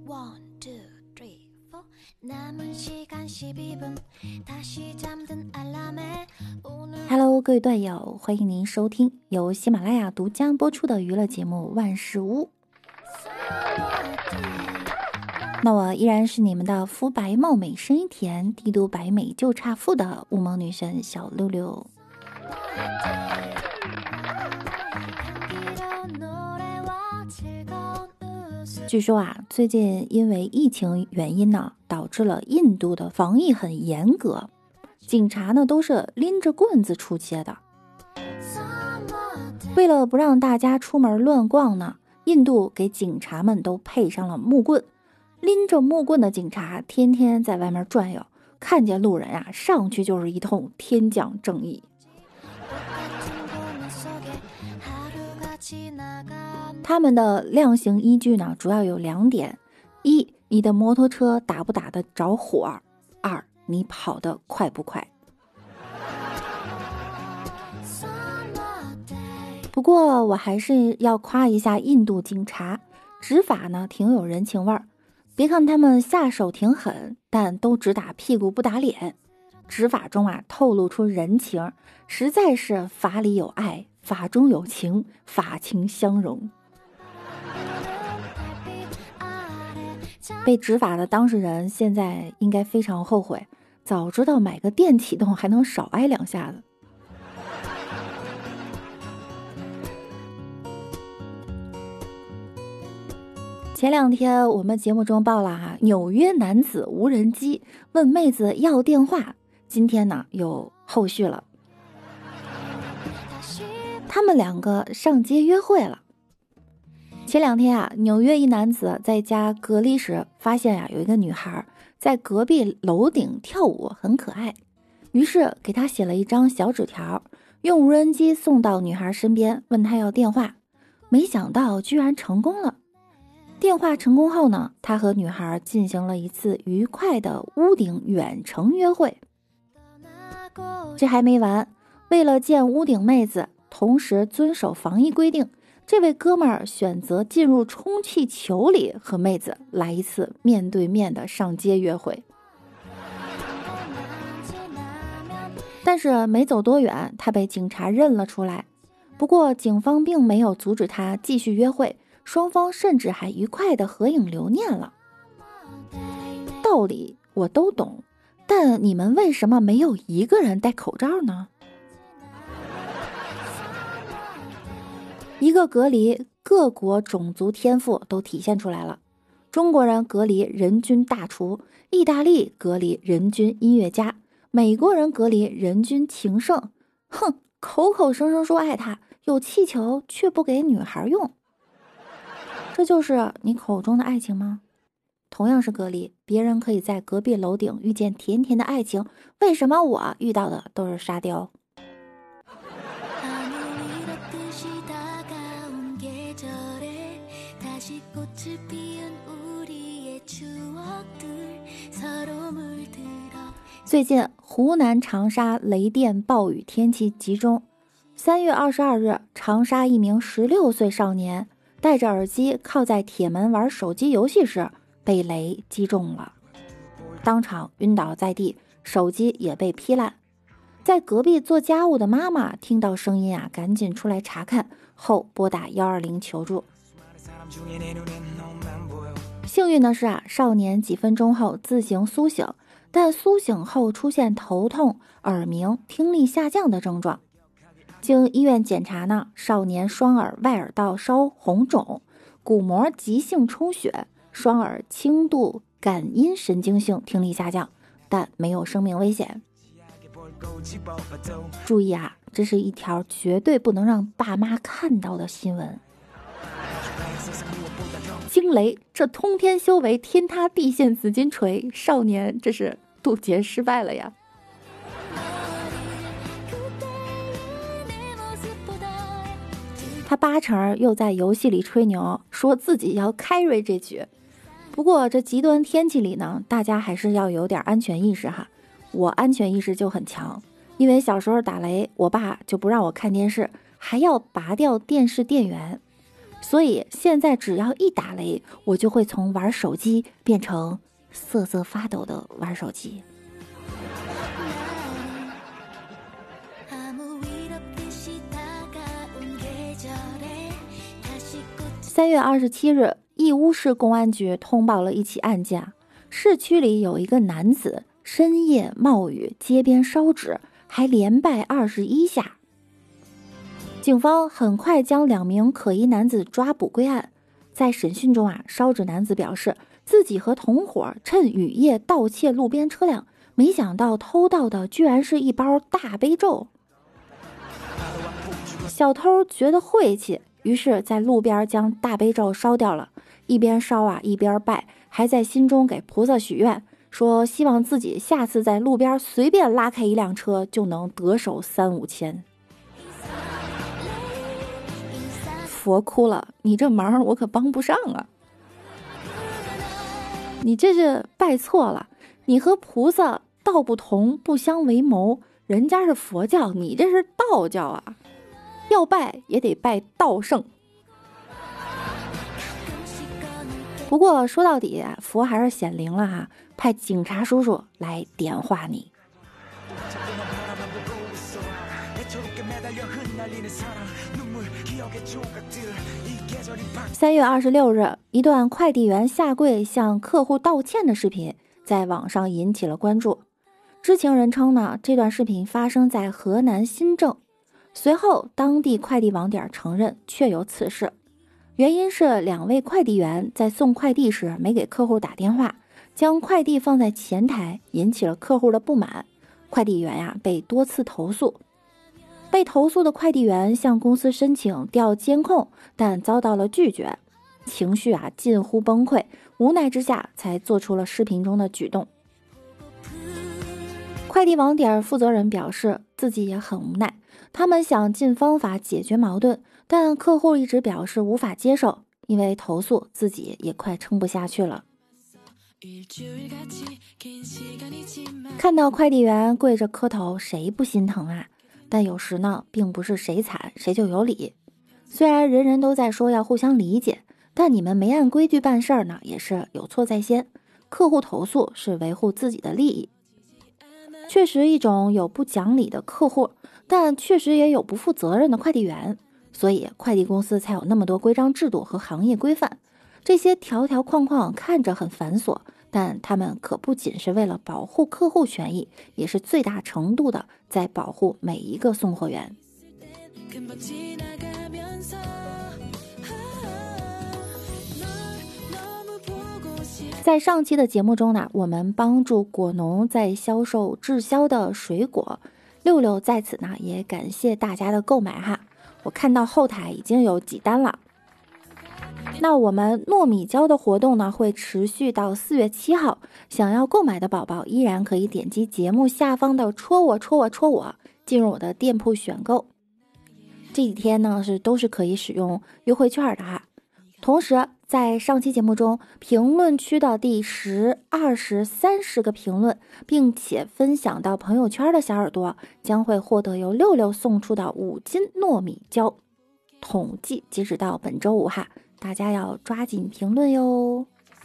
Hello， 各位段友，欢迎您收听由喜马拉雅独家播出的娱乐节目《万事屋》。那我依然是你们的肤白貌美、声音甜、帝都白美就差富的雾蒙女神小六六。据说啊，最近因为疫情原因呢，导致了印度的防疫很严格，警察呢都是拎着棍子出街的。为了不让大家出门乱逛呢，印度给警察们都配上了木棍，拎着木棍的警察天天在外面转悠，看见路人啊，上去就是一通天降正义。他们的量刑依据呢，主要有2点：一，你的摩托车打不打得着火；2，你跑得快不快。不过我还是要夸一下印度警察，执法呢挺有人情味儿。别看他们下手挺狠，但都只打屁股不打脸。执法中啊透露出人情，实在是法里有爱，法中有情，法情相融。被执法的当事人现在应该非常后悔，早知道买个电启动还能少挨2下子。前2天我们节目中报了纽约男子无人机问妹子要电话，今天呢有后续了。他们2个上街约会了。前2天纽约一男子在家隔离时发现有一个女孩在隔壁楼顶跳舞，很可爱，于是给她写了一张小纸条，用无人机送到女孩身边，问她要电话。没想到居然成功了。电话成功后呢，他和女孩进行了一次愉快的屋顶远程约会。这还没完，为了见屋顶妹子，同时遵守防疫规定，这位哥们儿选择进入充气球里和妹子来一次面对面的上街约会。但是没走多远，他被警察认了出来。不过警方并没有阻止他继续约会，双方甚至还愉快的合影留念了。道理我都懂，但你们为什么没有一个人戴口罩呢？一个隔离，各国种族天赋都体现出来了。中国人隔离人均大厨，意大利隔离人均音乐家，美国人隔离人均情圣。哼，口口声声说爱他，有气球却不给女孩用。这就是你口中的爱情吗？同样是隔离，别人可以在隔壁楼顶遇见甜甜的爱情，为什么我遇到的都是沙雕？最近湖南长沙雷电暴雨天气集中。3月22日，长沙一名16岁少年戴着耳机靠在铁门玩手机游戏时被雷击中了，当场晕倒在地，手机也被劈烂。在隔壁做家务的妈妈听到声音赶紧出来查看，后拨打120求助。幸运的是少年几分钟后自行苏醒，但苏醒后出现头痛、耳鸣、听力下降的症状。经医院检查呢，少年双耳外耳道稍红肿，鼓膜急性充血，双耳轻度感音神经性听力下降，但没有生命危险。注意这是一条绝对不能让爸妈看到的新闻。惊雷，这通天修为，天塌地陷紫金锤，少年这是渡劫失败了呀。他8成又在游戏里吹牛，说自己要carry这局。不过这极端天气里呢，大家还是要有点安全意识哈。我安全意识就很强，因为小时候打雷，我爸就不让我看电视，还要拔掉电视电源。 所以现在只要一打雷，我就会从玩手机变成瑟瑟发抖的玩手机。3月27日，义乌市公安局通报了一起案件，市区里有一个男子深夜冒雨街边烧纸，还连拜21下。警方很快将2名可疑男子抓捕归案。在审讯中烧纸男子表示，自己和同伙趁雨夜盗窃路边车辆，没想到偷盗的居然是一包大悲咒。小偷觉得晦气，于是在路边将大悲咒烧掉了，一边烧一边拜，还在心中给菩萨许愿，说希望自己下次在路边随便拉开一辆车就能得手3-5千。佛哭了，你这忙我可帮不上啊！你这是拜错了，你和菩萨道不同，不相为谋，人家是佛教，你这是道教啊！要拜也得拜道圣。不过说到底，佛还是显灵了派警察叔叔来点化你。3月26日，一段快递员下跪向客户道歉的视频在网上引起了关注。知情人称这段视频发生在河南新郑。随后，当地快递网点承认确有此事，原因是2位快递员在送快递时没给客户打电话，将快递放在前台，引起了客户的不满。快递员被多次投诉。被投诉的快递员向公司申请调监控，但遭到了拒绝，情绪近乎崩溃，无奈之下才做出了视频中的举动。快递网点负责人表示自己也很无奈，他们想尽方法解决矛盾，但客户一直表示无法接受，因为投诉自己也快撑不下去了。看到快递员跪着磕头，谁不心疼但有时并不是谁惨谁就有理。虽然人人都在说要互相理解，但你们没按规矩办事儿也是有错在先。客户投诉是维护自己的利益。确实一种有不讲理的客户，但确实也有不负责任的快递员，所以快递公司才有那么多规章制度和行业规范。这些条条框框看着很繁琐，但他们可不仅是为了保护客户权益，也是最大程度的在保护每一个送货员。在上期的节目中我们帮助果农在销售滞销的水果，六六在此也感谢大家的购买我看到后台已经有几单了。那我们糯米椒的活动会持续到4月7号，想要购买的宝宝依然可以点击节目下方的戳我，进入我的店铺选购。这几天都是可以使用优惠券的同时在上期节目中，评论区的第10、20、30个评论，并且分享到朋友圈的小耳朵，将会获得由六六送出的5斤糯米椒。统计截止到本周5大家要抓紧评论哟。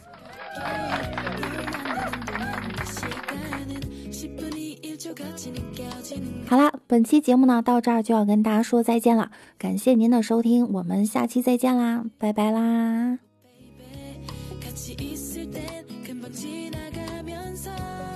好啦，本期节目到这儿就要跟大家说再见了，感谢您的收听，我们下期再见啦，拜拜啦。